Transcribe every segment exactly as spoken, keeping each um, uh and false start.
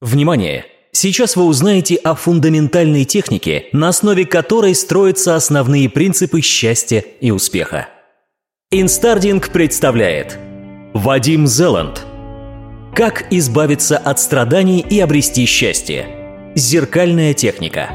Внимание! Сейчас вы узнаете о фундаментальной технике, на основе которой строятся основные принципы счастья и успеха. Инстардинг представляет Вадим Зеланд. Как избавиться от страданий и обрести счастье? Зеркальная техника.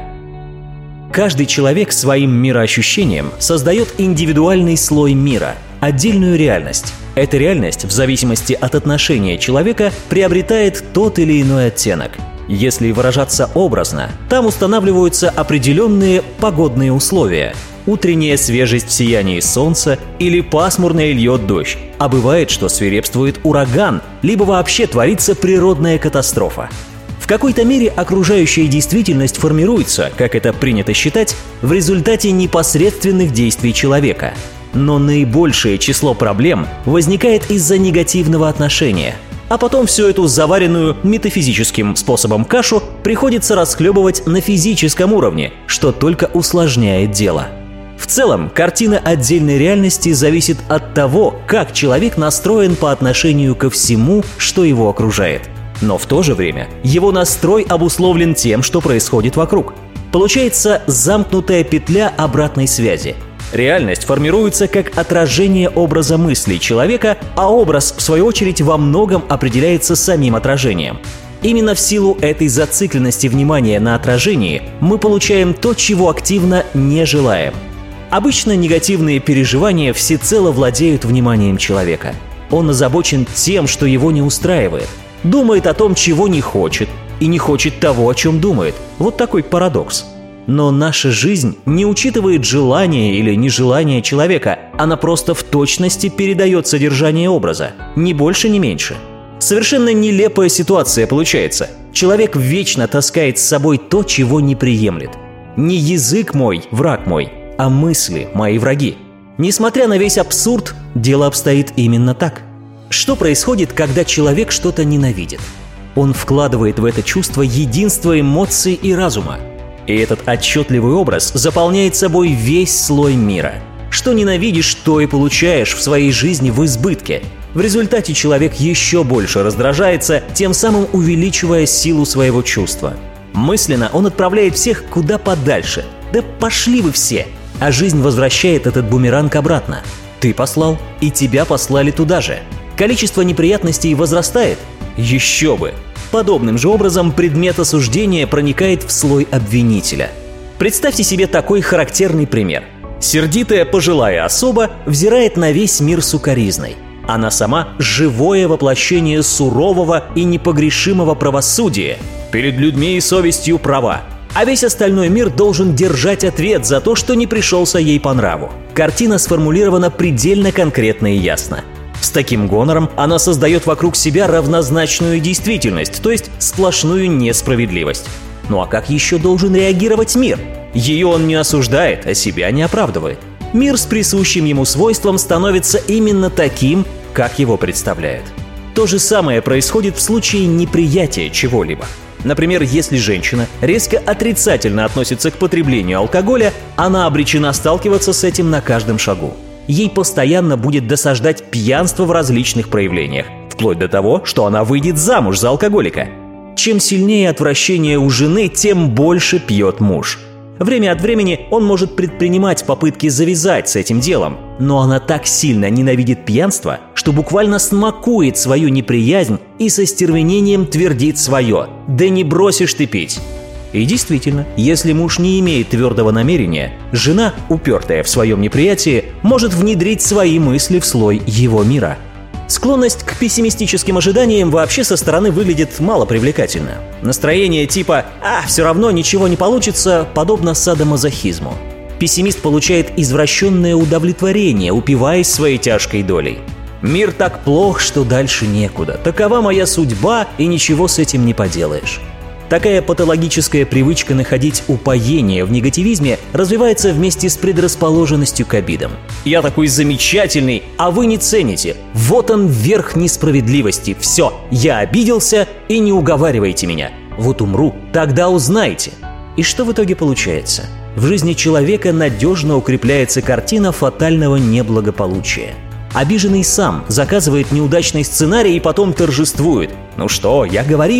Каждый человек своим мироощущением создает индивидуальный слой мира, отдельную реальность. Эта реальность, в зависимости от отношения человека, приобретает тот или иной оттенок. Если выражаться образно, там устанавливаются определенные погодные условия. Утренняя свежесть в сиянии солнца или пасмурно льет дождь. А бывает, что свирепствует ураган, либо вообще творится природная катастрофа. В какой-то мере окружающая действительность формируется, как это принято считать, в результате непосредственных действий человека. Но наибольшее число проблем возникает из-за негативного отношения. А потом всю эту заваренную метафизическим способом кашу приходится расхлебывать на физическом уровне, что только усложняет дело. В целом, картина отдельной реальности зависит от того, как человек настроен по отношению ко всему, что его окружает. Но в то же время его настрой обусловлен тем, что происходит вокруг. Получается замкнутая петля обратной связи. Реальность формируется как отражение образа мыслей человека, а образ, в свою очередь, во многом определяется самим отражением. Именно в силу этой зацикленности внимания на отражении мы получаем то, чего активно не желаем. Обычно негативные переживания всецело владеют вниманием человека. Он озабочен тем, что его не устраивает, думает о том, чего не хочет, и не хочет того, о чем думает. Вот такой парадокс. Но наша жизнь не учитывает желание или нежелание человека, она просто в точности передает содержание образа, ни больше, ни меньше. Совершенно нелепая ситуация получается. Человек вечно таскает с собой то, чего не приемлет. Не язык мой, враг мой, а мысли мои враги. Несмотря на весь абсурд, дело обстоит именно так. Что происходит, когда человек что-то ненавидит? Он вкладывает в это чувство единство эмоций и разума. И этот отчетливый образ заполняет собой весь слой мира. Что ненавидишь, то и получаешь в своей жизни в избытке. В результате человек еще больше раздражается, тем самым увеличивая силу своего чувства. Мысленно он отправляет всех куда подальше. Да пошли вы все! А жизнь возвращает этот бумеранг обратно. Ты послал, и тебя послали туда же. Количество неприятностей возрастает? Еще бы! Подобным же образом предмет осуждения проникает в слой обвинителя. Представьте себе такой характерный пример. Сердитая пожилая особа взирает на весь мир сукоризной. Она сама – живое воплощение сурового и непогрешимого правосудия. Перед людьми и совестью права. А весь остальной мир должен держать ответ за то, что не пришелся ей по нраву. Картина сформулирована предельно конкретно и ясно. С таким гонором она создает вокруг себя равнозначную действительность, то есть сплошную несправедливость. Ну а как еще должен реагировать мир? Ее он не осуждает, а себя не оправдывает. Мир с присущим ему свойством становится именно таким, как его представляют. То же самое происходит в случае неприятия чего-либо. Например, если женщина резко отрицательно относится к потреблению алкоголя, она обречена сталкиваться с этим на каждом шагу. Ей постоянно будет досаждать пьянство в различных проявлениях, вплоть до того, что она выйдет замуж за алкоголика. Чем сильнее отвращение у жены, тем больше пьет муж. Время от времени он может предпринимать попытки завязать с этим делом, но она так сильно ненавидит пьянство, что буквально смакует свою неприязнь и со стервенением твердит свое: «Да не бросишь ты пить!» И действительно, если муж не имеет твердого намерения, жена, упертая в своем неприятии, может внедрить свои мысли в слой его мира. Склонность к пессимистическим ожиданиям вообще со стороны выглядит мало привлекательно. Настроение типа «а, все равно ничего не получится» подобно садомазохизму. Пессимист получает извращенное удовлетворение, упиваясь своей тяжкой долей. «Мир так плох, что дальше некуда. Такова моя судьба, и ничего с этим не поделаешь». Такая патологическая привычка находить упоение в негативизме развивается вместе с предрасположенностью к обидам. «Я такой замечательный, а вы не цените. Вот он верх несправедливости. Все, я обиделся, и не уговаривайте меня. Вот умру, тогда узнаете». И что в итоге получается? В жизни человека надежно укрепляется картина фатального неблагополучия. Обиженный сам заказывает неудачный сценарий и потом торжествует. «Ну что, я говорил?»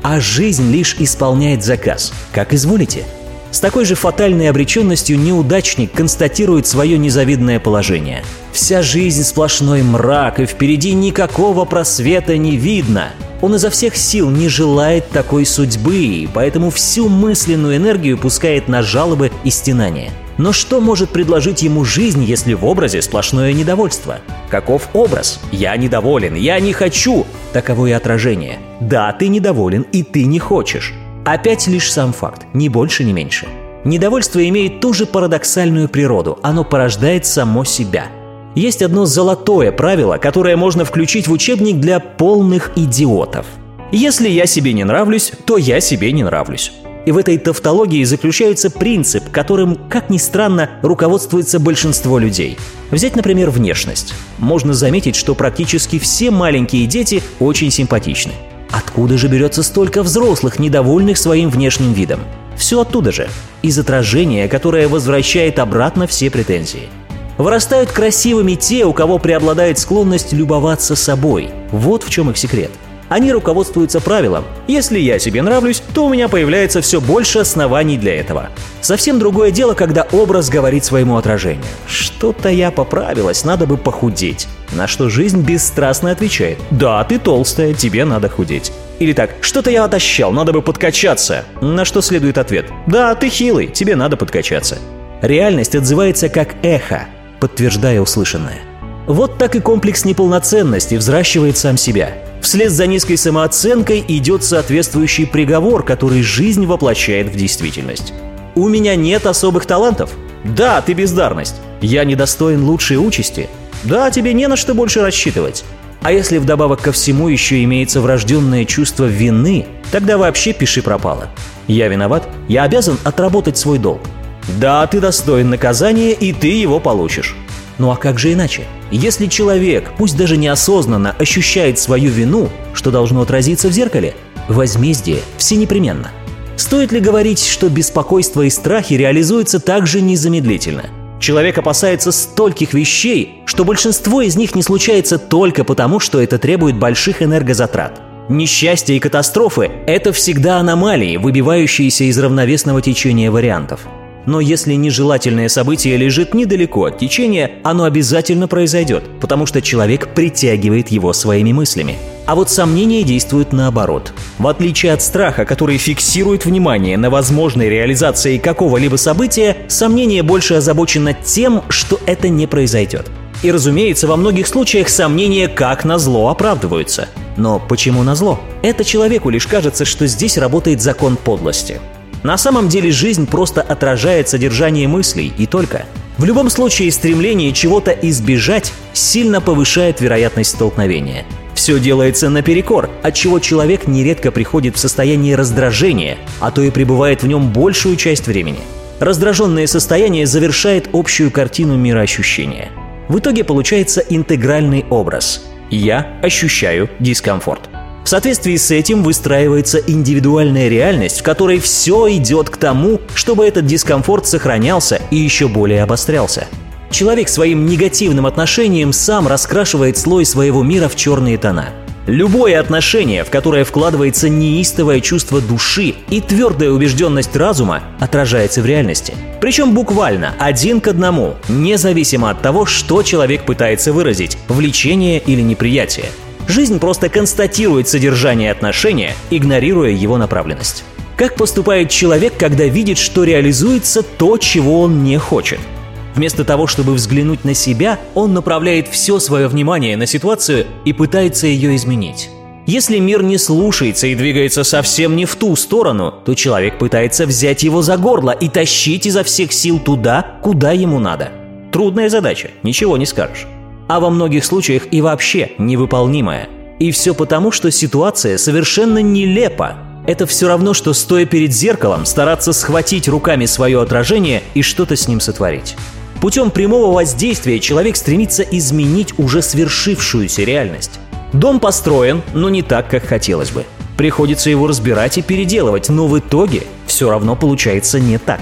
а жизнь лишь исполняет заказ. Как изволите. С такой же фатальной обреченностью неудачник констатирует свое незавидное положение. Вся жизнь сплошной мрак, и впереди никакого просвета не видно. Он изо всех сил не желает такой судьбы, и поэтому всю мысленную энергию пускает на жалобы и стенания. Но что может предложить ему жизнь, если в образе сплошное недовольство? Каков образ? Я недоволен, я не хочу. Таково и отражение. Да, ты недоволен, и ты не хочешь. Опять лишь сам факт, ни больше, ни меньше. Недовольство имеет ту же парадоксальную природу, оно порождает само себя. Есть одно золотое правило, которое можно включить в учебник для полных идиотов. Если я себе не нравлюсь, то я себе не нравлюсь. И в этой тавтологии заключается принцип, которым, как ни странно, руководствуется большинство людей. Взять, например, внешность. Можно заметить, что практически все маленькие дети очень симпатичны. Откуда же берется столько взрослых, недовольных своим внешним видом? Все оттуда же, из отражения, которое возвращает обратно все претензии. Вырастают красивыми те, у кого преобладает склонность любоваться собой. Вот в чем их секрет. Они руководствуются правилом: если я себе нравлюсь, то у меня появляется все больше оснований для этого. Совсем другое дело, когда образ говорит своему отражению: что-то я поправилась, надо бы похудеть. На что жизнь бесстрастно отвечает: да, ты толстая, тебе надо худеть. Или так: что-то я отощал, надо бы подкачаться. На что следует ответ: да, ты хилый, тебе надо подкачаться. Реальность отзывается как эхо, подтверждая услышанное. Вот так и комплекс неполноценности взращивает сам себя. Вслед за низкой самооценкой идет соответствующий приговор, который жизнь воплощает в действительность. У меня нет особых талантов? Да, ты бездарность. Я недостоин лучшей участи? Да, тебе не на что больше рассчитывать. А если вдобавок ко всему еще имеется врожденное чувство вины, тогда вообще пиши пропало. Я виноват, я обязан отработать свой долг. Да, ты достоин наказания, и ты его получишь. Ну а как же иначе? Если человек, пусть даже неосознанно, ощущает свою вину, что должно отразиться в зеркале? Возмездие всенепременно. Стоит ли говорить, что беспокойство и страхи реализуются также незамедлительно? Человек опасается стольких вещей, что большинство из них не случается только потому, что это требует больших энергозатрат. Несчастья и катастрофы – это всегда аномалии, выбивающиеся из равновесного течения вариантов. Но если нежелательное событие лежит недалеко от течения, оно обязательно произойдет, потому что человек притягивает его своими мыслями. А вот сомнения действуют наоборот. В отличие от страха, который фиксирует внимание на возможной реализации какого-либо события, сомнение больше озабочено тем, что это не произойдет. И, разумеется, во многих случаях сомнения как назло оправдываются. Но почему назло? Это человеку лишь кажется, что здесь работает закон подлости. На самом деле жизнь просто отражает содержание мыслей, и только. В любом случае стремление чего-то избежать сильно повышает вероятность столкновения. Все делается наперекор, отчего человек нередко приходит в состояние раздражения, а то и пребывает в нем большую часть времени. Раздраженное состояние завершает общую картину мироощущения. В итоге получается интегральный образ. Я ощущаю дискомфорт. В соответствии с этим выстраивается индивидуальная реальность, в которой все идет к тому, чтобы этот дискомфорт сохранялся и еще более обострялся. Человек своим негативным отношением сам раскрашивает слой своего мира в черные тона. Любое отношение, в которое вкладывается неистовое чувство души и твердая убежденность разума, отражается в реальности. Причем буквально один к одному, независимо от того, что человек пытается выразить – влечение или неприятие. Жизнь просто констатирует содержание отношения, игнорируя его направленность. Как поступает человек, когда видит, что реализуется то, чего он не хочет? Вместо того, чтобы взглянуть на себя, он направляет все свое внимание на ситуацию и пытается ее изменить. Если мир не слушается и двигается совсем не в ту сторону, то человек пытается взять его за горло и тащить изо всех сил туда, куда ему надо. Трудная задача, ничего не скажешь. А во многих случаях и вообще невыполнимая. И все потому, что ситуация совершенно нелепа. Это все равно, что, стоя перед зеркалом, стараться схватить руками свое отражение и что-то с ним сотворить. Путем прямого воздействия человек стремится изменить уже свершившуюся реальность. Дом построен, но не так, как хотелось бы. Приходится его разбирать и переделывать, но в итоге все равно получается не так.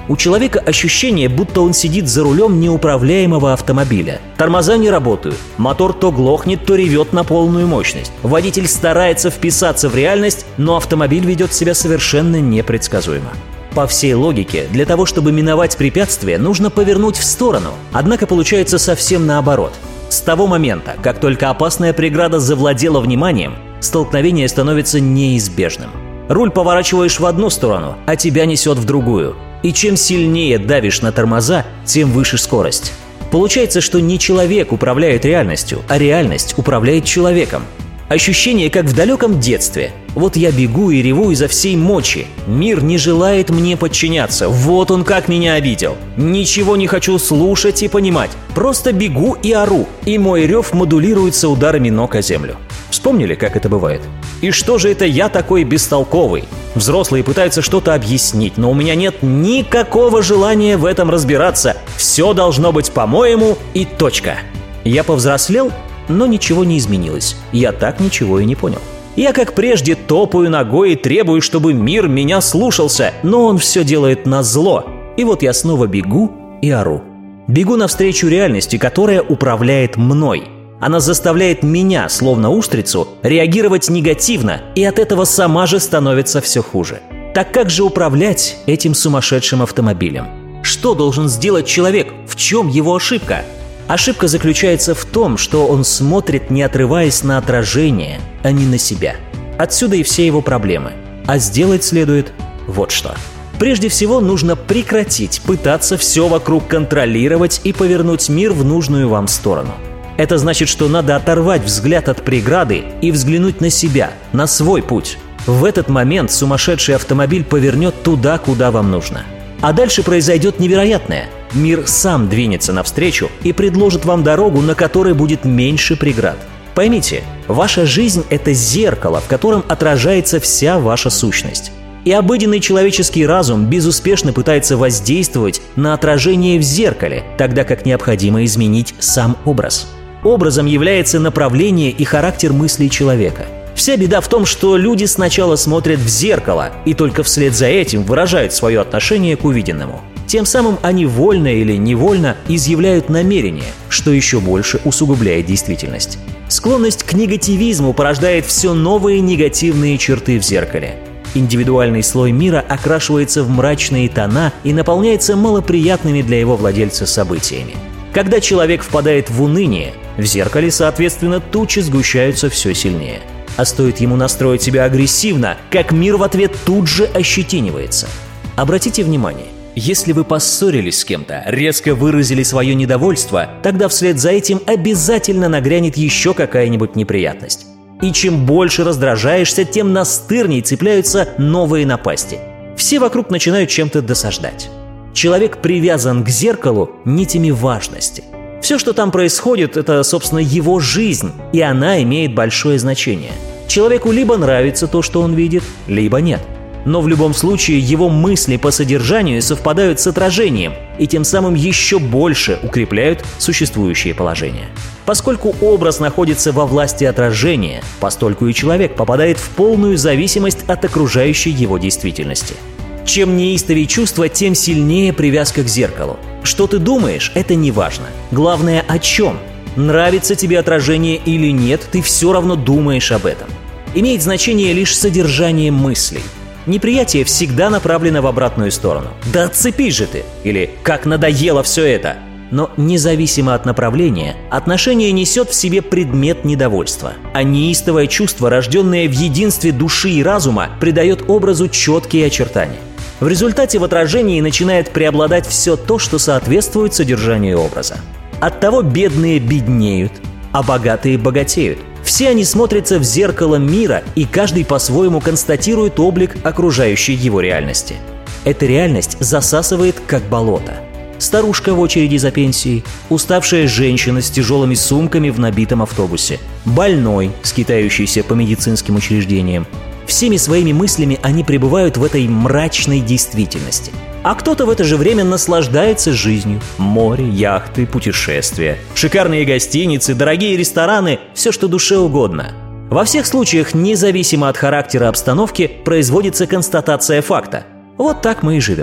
У человека ощущение, будто он сидит за рулем неуправляемого автомобиля. Тормоза не работают, мотор то глохнет, то ревет на полную мощность. Водитель старается вписаться в реальность, но автомобиль ведет себя совершенно непредсказуемо. По всей логике, для того, чтобы миновать препятствие, нужно повернуть в сторону. Однако получается совсем наоборот. С того момента, как только опасная преграда завладела вниманием, столкновение становится неизбежным. Руль поворачиваешь в одну сторону, а тебя несет в другую. И чем сильнее давишь на тормоза, тем выше скорость. Получается, что не человек управляет реальностью, а реальность управляет человеком. Ощущение, как в далеком детстве. Вот я бегу и реву изо всей мочи. Мир не желает мне подчиняться. Вот он как меня обидел. Ничего не хочу слушать и понимать. Просто бегу и ору. И мой рев модулируется ударами ног о землю. Вспомнили, как это бывает? И что же это я такой бестолковый? Взрослые пытаются что-то объяснить, но у меня нет никакого желания в этом разбираться. Все должно быть по-моему и точка. Я повзрослел, но ничего не изменилось. Я так ничего и не понял. Я, как прежде, топаю ногой и требую, чтобы мир меня слушался, но он все делает назло. И вот я снова бегу и ору. Бегу навстречу реальности, которая управляет мной. Она заставляет меня, словно устрицу, реагировать негативно, и от этого сама же становится все хуже. Так как же управлять этим сумасшедшим автомобилем? Что должен сделать человек? В чем его ошибка? Ошибка заключается в том, что он смотрит, не отрываясь на отражение, а не на себя. Отсюда и все его проблемы. А сделать следует вот что. Прежде всего, нужно прекратить пытаться все вокруг контролировать и повернуть мир в нужную вам сторону. Это значит, что надо оторвать взгляд от преграды и взглянуть на себя, на свой путь. В этот момент сумасшедший автомобиль повернет туда, куда вам нужно. А дальше произойдет невероятное. Мир сам двинется навстречу и предложит вам дорогу, на которой будет меньше преград. Поймите, ваша жизнь – это зеркало, в котором отражается вся ваша сущность. И обыденный человеческий разум безуспешно пытается воздействовать на отражение в зеркале, тогда как необходимо изменить сам образ. Образом является направление и характер мыслей человека. Вся беда в том, что люди сначала смотрят в зеркало и только вслед за этим выражают свое отношение к увиденному. Тем самым они вольно или невольно изъявляют намерение, что еще больше усугубляет действительность. Склонность к негативизму порождает все новые негативные черты в зеркале. Индивидуальный слой мира окрашивается в мрачные тона и наполняется малоприятными для его владельца событиями. Когда человек впадает в уныние, в зеркале, соответственно, тучи сгущаются все сильнее. А стоит ему настроить себя агрессивно, как мир в ответ тут же ощетинивается. Обратите внимание, если вы поссорились с кем-то, резко выразили свое недовольство, тогда вслед за этим обязательно нагрянет еще какая-нибудь неприятность. И чем больше раздражаешься, тем настырней цепляются новые напасти. Все вокруг начинают чем-то досаждать. Человек привязан к зеркалу нитями важности. Все, что там происходит, это, собственно, его жизнь, и она имеет большое значение. Человеку либо нравится то, что он видит, либо нет. Но в любом случае его мысли по содержанию совпадают с отражением и тем самым еще больше укрепляют существующее положение. Поскольку образ находится во власти отражения, постольку и человек попадает в полную зависимость от окружающей его действительности. Чем неистовее чувство, тем сильнее привязка к зеркалу. Что ты думаешь, это не важно. Главное, о чем. Нравится тебе отражение или нет, ты все равно думаешь об этом. Имеет значение лишь содержание мыслей. Неприятие всегда направлено в обратную сторону. «Да отцепись же ты!» или «Как надоело все это!» Но независимо от направления, отношение несет в себе предмет недовольства. А неистовое чувство, рожденное в единстве души и разума, придает образу четкие очертания. В результате в отражении начинает преобладать все то, что соответствует содержанию образа. Оттого бедные беднеют, а богатые богатеют. Все они смотрятся в зеркало мира, и каждый по-своему констатирует облик окружающей его реальности. Эта реальность засасывает, как болото. Старушка в очереди за пенсией, уставшая женщина с тяжелыми сумками в набитом автобусе, больной, скитающийся по медицинским учреждениям. Всеми своими мыслями они пребывают в этой мрачной действительности. А кто-то в это же время наслаждается жизнью. Море, яхты, путешествия, шикарные гостиницы, дорогие рестораны, все, что душе угодно. Во всех случаях, независимо от характера обстановки, производится констатация факта. Вот так мы и живем.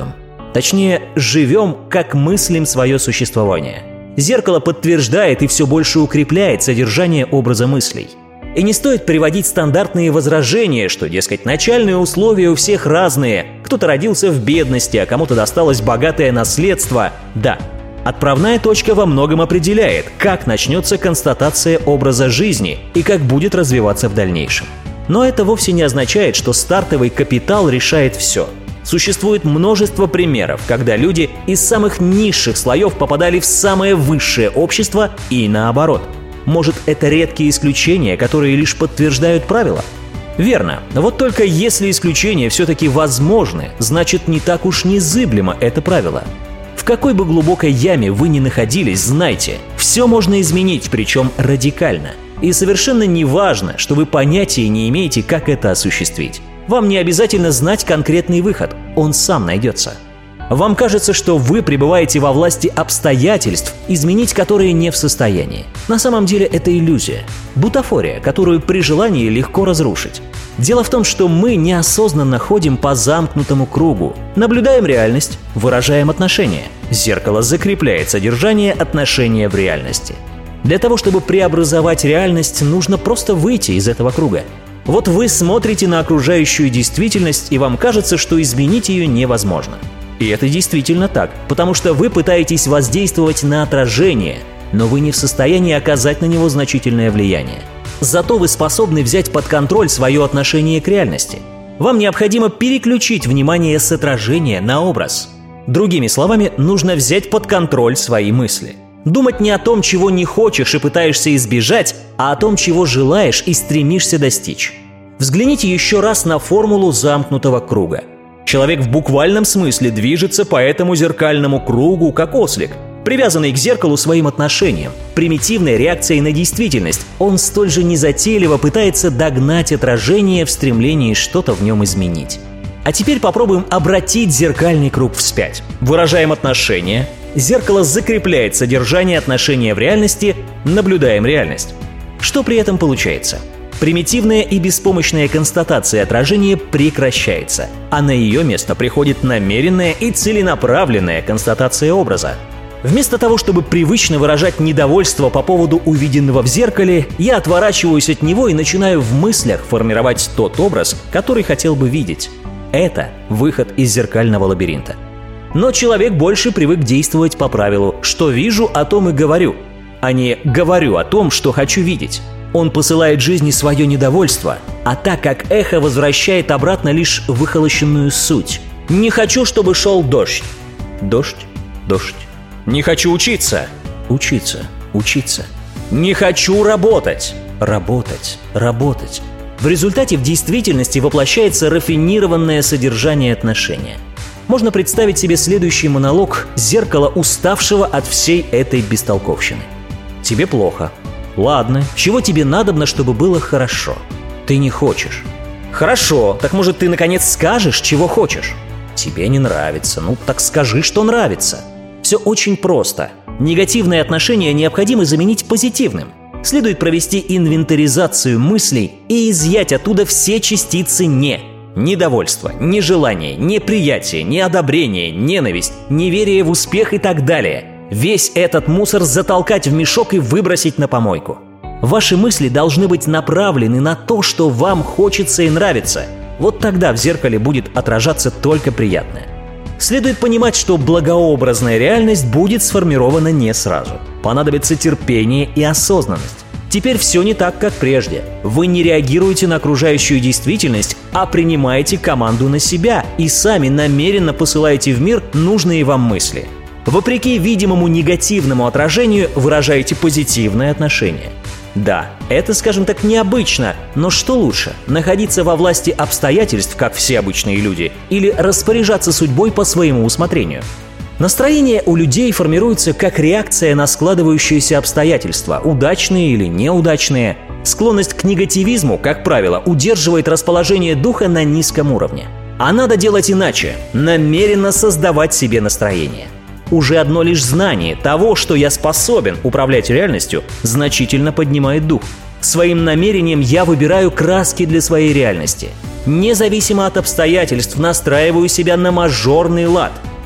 Точнее, живем, как мыслим свое существование. Зеркало подтверждает и все больше укрепляет содержание образа мыслей. И не стоит приводить стандартные возражения, что, дескать, начальные условия у всех разные. Кто-то родился в бедности, а кому-то досталось богатое наследство. Да, отправная точка во многом определяет, как начнется констатация образа жизни и как будет развиваться в дальнейшем. Но это вовсе не означает, что стартовый капитал решает все. Существует множество примеров, когда люди из самых низших слоев попадали в самое высшее общество и наоборот. Может, это редкие исключения, которые лишь подтверждают правила? Верно. Вот только если исключения все-таки возможны, значит, не так уж незыблемо это правило. В какой бы глубокой яме вы ни находились, знайте, все можно изменить, причем радикально. И совершенно не важно, что вы понятия не имеете, как это осуществить. Вам не обязательно знать конкретный выход, он сам найдется. Вам кажется, что вы пребываете во власти обстоятельств, изменить которые не в состоянии. На самом деле это иллюзия, бутафория, которую при желании легко разрушить. Дело в том, что мы неосознанно ходим по замкнутому кругу, наблюдаем реальность, выражаем отношения. Зеркало закрепляет содержание отношения в реальности. Для того, чтобы преобразовать реальность, нужно просто выйти из этого круга. Вот вы смотрите на окружающую действительность, и вам кажется, что изменить ее невозможно. И это действительно так, потому что вы пытаетесь воздействовать на отражение, но вы не в состоянии оказать на него значительное влияние. Зато вы способны взять под контроль свое отношение к реальности. Вам необходимо переключить внимание с отражения на образ. Другими словами, нужно взять под контроль свои мысли. Думать не о том, чего не хочешь и пытаешься избежать, а о том, чего желаешь и стремишься достичь. Взгляните еще раз на формулу замкнутого круга. Человек в буквальном смысле движется по этому зеркальному кругу, как ослик, привязанный к зеркалу своим отношением, примитивной реакцией на действительность. Он столь же незатейливо пытается догнать отражение в стремлении что-то в нем изменить. А теперь попробуем обратить зеркальный круг вспять. Выражаем отношения. Зеркало закрепляет содержание отношения в реальности, наблюдаем реальность. Что при этом получается? Примитивная и беспомощная констатация отражения прекращается, а на ее место приходит намеренная и целенаправленная констатация образа. Вместо того, чтобы привычно выражать недовольство по поводу увиденного в зеркале, я отворачиваюсь от него и начинаю в мыслях формировать тот образ, который хотел бы видеть. Это выход из зеркального лабиринта. Но человек больше привык действовать по правилу «что вижу, о том и говорю», а не «говорю о том, что хочу видеть». Он посылает жизни свое недовольство, а так как эхо возвращает обратно лишь выхолощенную суть. «Не хочу, чтобы шел дождь». Дождь, дождь. «Не хочу учиться». Учиться, учиться. «Не хочу работать». Работать, работать. В результате в действительности воплощается рафинированное содержание отношения. Можно представить себе следующий монолог зеркала, уставшего от всей этой бестолковщины. Тебе плохо. Ладно, чего тебе надобно, чтобы было хорошо? Ты не хочешь. Хорошо, так может ты наконец скажешь, чего хочешь? Тебе не нравится, ну так скажи, что нравится. Все очень просто. Негативное отношение необходимо заменить позитивным. Следует провести инвентаризацию мыслей и изъять оттуда все частицы «не». Недовольство, нежелание, неприятие, неодобрение, ненависть, неверие в успех и так далее. Весь этот мусор затолкать в мешок и выбросить на помойку. Ваши мысли должны быть направлены на то, что вам хочется и нравится. Вот тогда в зеркале будет отражаться только приятное. Следует понимать, что благообразная реальность будет сформирована не сразу. Понадобится терпение и осознанность. Теперь все не так, как прежде. Вы не реагируете на окружающую действительность, а принимаете команду на себя и сами намеренно посылаете в мир нужные вам мысли. Вопреки видимому негативному отражению выражаете позитивное отношение. Да, это, скажем так, необычно, но что лучше – находиться во власти обстоятельств, как все обычные люди, или распоряжаться судьбой по своему усмотрению? Настроение у людей формируется как реакция на складывающиеся обстоятельства, удачные или неудачные. Склонность к негативизму, как правило, удерживает расположение духа на низком уровне. А надо делать иначе – намеренно создавать себе настроение. Уже одно лишь знание того, что я способен управлять реальностью, значительно поднимает дух. Своим намерением я выбираю краски для своей реальности. Независимо от обстоятельств настраиваю себя на мажорный лад.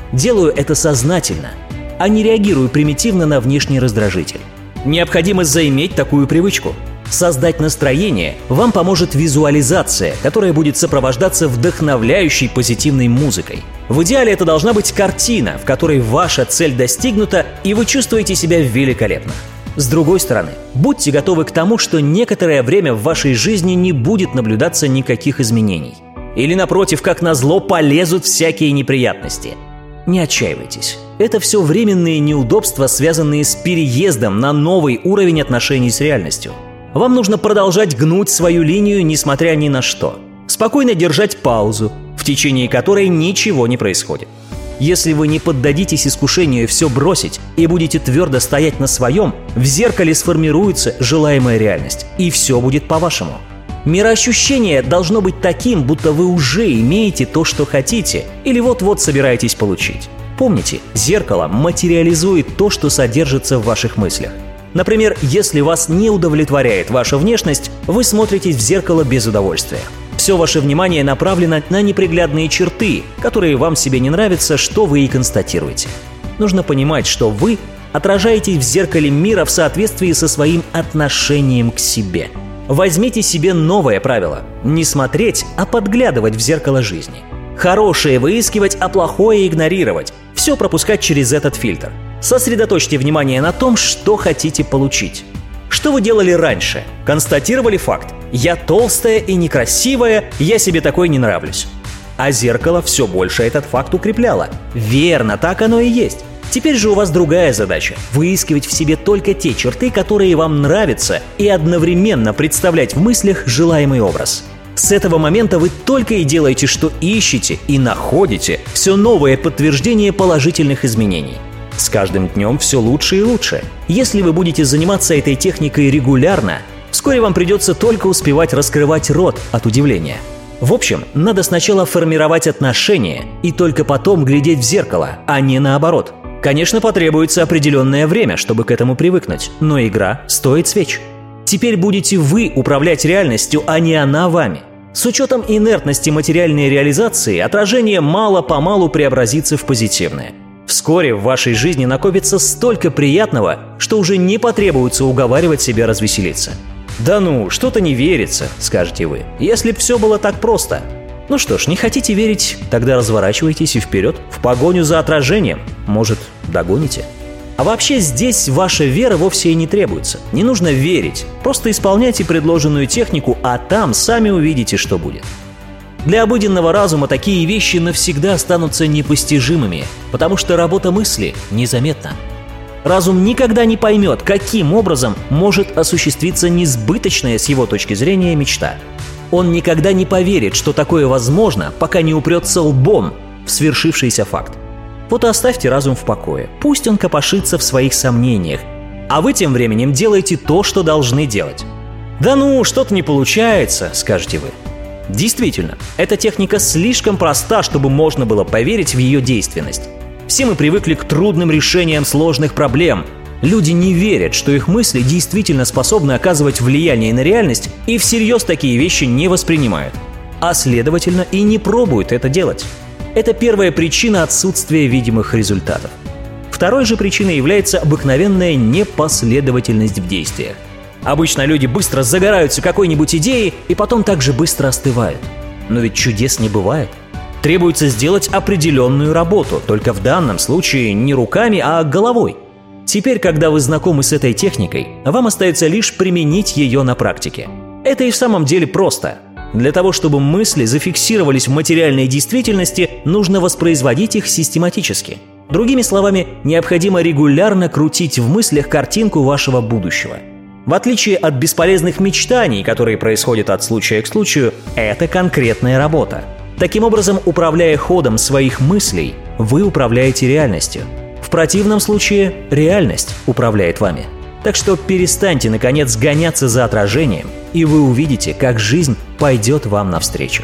Делаю это сознательно, а не реагирую примитивно на внешний раздражитель. Необходимо заиметь такую привычку. Создать настроение вам поможет визуализация, которая будет сопровождаться вдохновляющей позитивной музыкой. В идеале это должна быть картина, в которой ваша цель достигнута, и вы чувствуете себя великолепно. С другой стороны, будьте готовы к тому, что некоторое время в вашей жизни не будет наблюдаться никаких изменений. Или, напротив, как назло, полезут всякие неприятности. Не отчаивайтесь. Это все временные неудобства, связанные с переездом на новый уровень отношений с реальностью. Вам нужно продолжать гнуть свою линию, несмотря ни на что. Спокойно держать паузу, в течение которой ничего не происходит. Если вы не поддадитесь искушению все бросить и будете твердо стоять на своем, в зеркале сформируется желаемая реальность, и все будет по-вашему. Мироощущение должно быть таким, будто вы уже имеете то, что хотите, или вот-вот собираетесь получить. Помните, зеркало материализует то, что содержится в ваших мыслях. Например, если вас не удовлетворяет ваша внешность, вы смотритесь в зеркало без удовольствия. Все ваше внимание направлено на неприглядные черты, которые вам себе не нравятся, что вы и констатируете. Нужно понимать, что вы отражаетесь в зеркале мира в соответствии со своим отношением к себе. Возьмите себе новое правило – не смотреть, а подглядывать в зеркало жизни. Хорошее выискивать, а плохое игнорировать. Все пропускать через этот фильтр. Сосредоточьте внимание на том, что хотите получить. Что вы делали раньше? Констатировали факт. Я толстая и некрасивая, я себе такой не нравлюсь. А зеркало все больше этот факт укрепляло. Верно, так оно и есть. Теперь же у вас другая задача – выискивать в себе только те черты, которые вам нравятся, и одновременно представлять в мыслях желаемый образ. С этого момента вы только и делаете, что ищете и находите все новое подтверждение положительных изменений. С каждым днем все лучше и лучше. Если вы будете заниматься этой техникой регулярно, вскоре вам придется только успевать раскрывать рот от удивления. В общем, надо сначала формировать отношения и только потом глядеть в зеркало, а не наоборот. Конечно, потребуется определенное время, чтобы к этому привыкнуть, но игра стоит свеч. Теперь будете вы управлять реальностью, а не она вами. С учетом инертности материальной реализации, отражение мало-помалу преобразится в позитивное. Вскоре в вашей жизни накопится столько приятного, что уже не потребуется уговаривать себя развеселиться. «Да ну, что-то не верится», — скажете вы, — «если б все было так просто». Ну что ж, не хотите верить? Тогда разворачивайтесь и вперед, в погоню за отражением. Может, догоните? А вообще здесь ваша вера вовсе и не требуется. Не нужно верить, просто исполняйте предложенную технику, а там сами увидите, что будет. Для обыденного разума такие вещи навсегда останутся непостижимыми, потому что работа мысли незаметна. Разум никогда не поймет, каким образом может осуществиться несбыточная с его точки зрения мечта. Он никогда не поверит, что такое возможно, пока не упрется лбом в свершившийся факт. Вот и оставьте разум в покое, пусть он копошится в своих сомнениях, а вы тем временем делаете то, что должны делать. «Да ну, что-то не получается», — скажете вы. Действительно, эта техника слишком проста, чтобы можно было поверить в ее действенность. Все мы привыкли к трудным решениям сложных проблем. Люди не верят, что их мысли действительно способны оказывать влияние на реальность и всерьез такие вещи не воспринимают. А следовательно и не пробуют это делать. Это первая причина отсутствия видимых результатов. Второй же причиной является обыкновенная непоследовательность в действиях. Обычно люди быстро загораются какой-нибудь идеей и потом так же быстро остывают. Но ведь чудес не бывает. Требуется сделать определенную работу, только в данном случае не руками, а головой. Теперь, когда вы знакомы с этой техникой, вам остается лишь применить ее на практике. Это и в самом деле просто. Для того, чтобы мысли зафиксировались в материальной действительности, нужно воспроизводить их систематически. Другими словами, необходимо регулярно крутить в мыслях картинку вашего будущего. В отличие от бесполезных мечтаний, которые происходят от случая к случаю, это конкретная работа. Таким образом, управляя ходом своих мыслей, вы управляете реальностью. В противном случае реальность управляет вами. Так что перестаньте, наконец, гоняться за отражением, и вы увидите, как жизнь пойдет вам навстречу.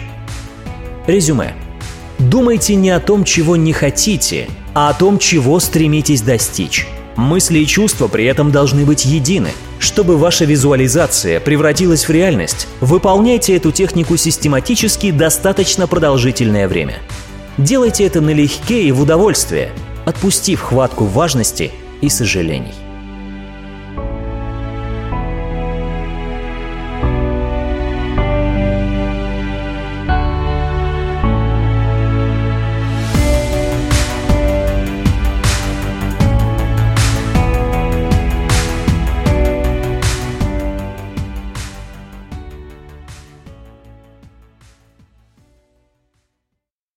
Резюме. Думайте не о том, чего не хотите, а о том, чего стремитесь достичь. Мысли и чувства при этом должны быть едины. Чтобы ваша визуализация превратилась в реальность, выполняйте эту технику систематически достаточно продолжительное время. Делайте это налегке и в удовольствие, отпустив хватку важности и сожалений.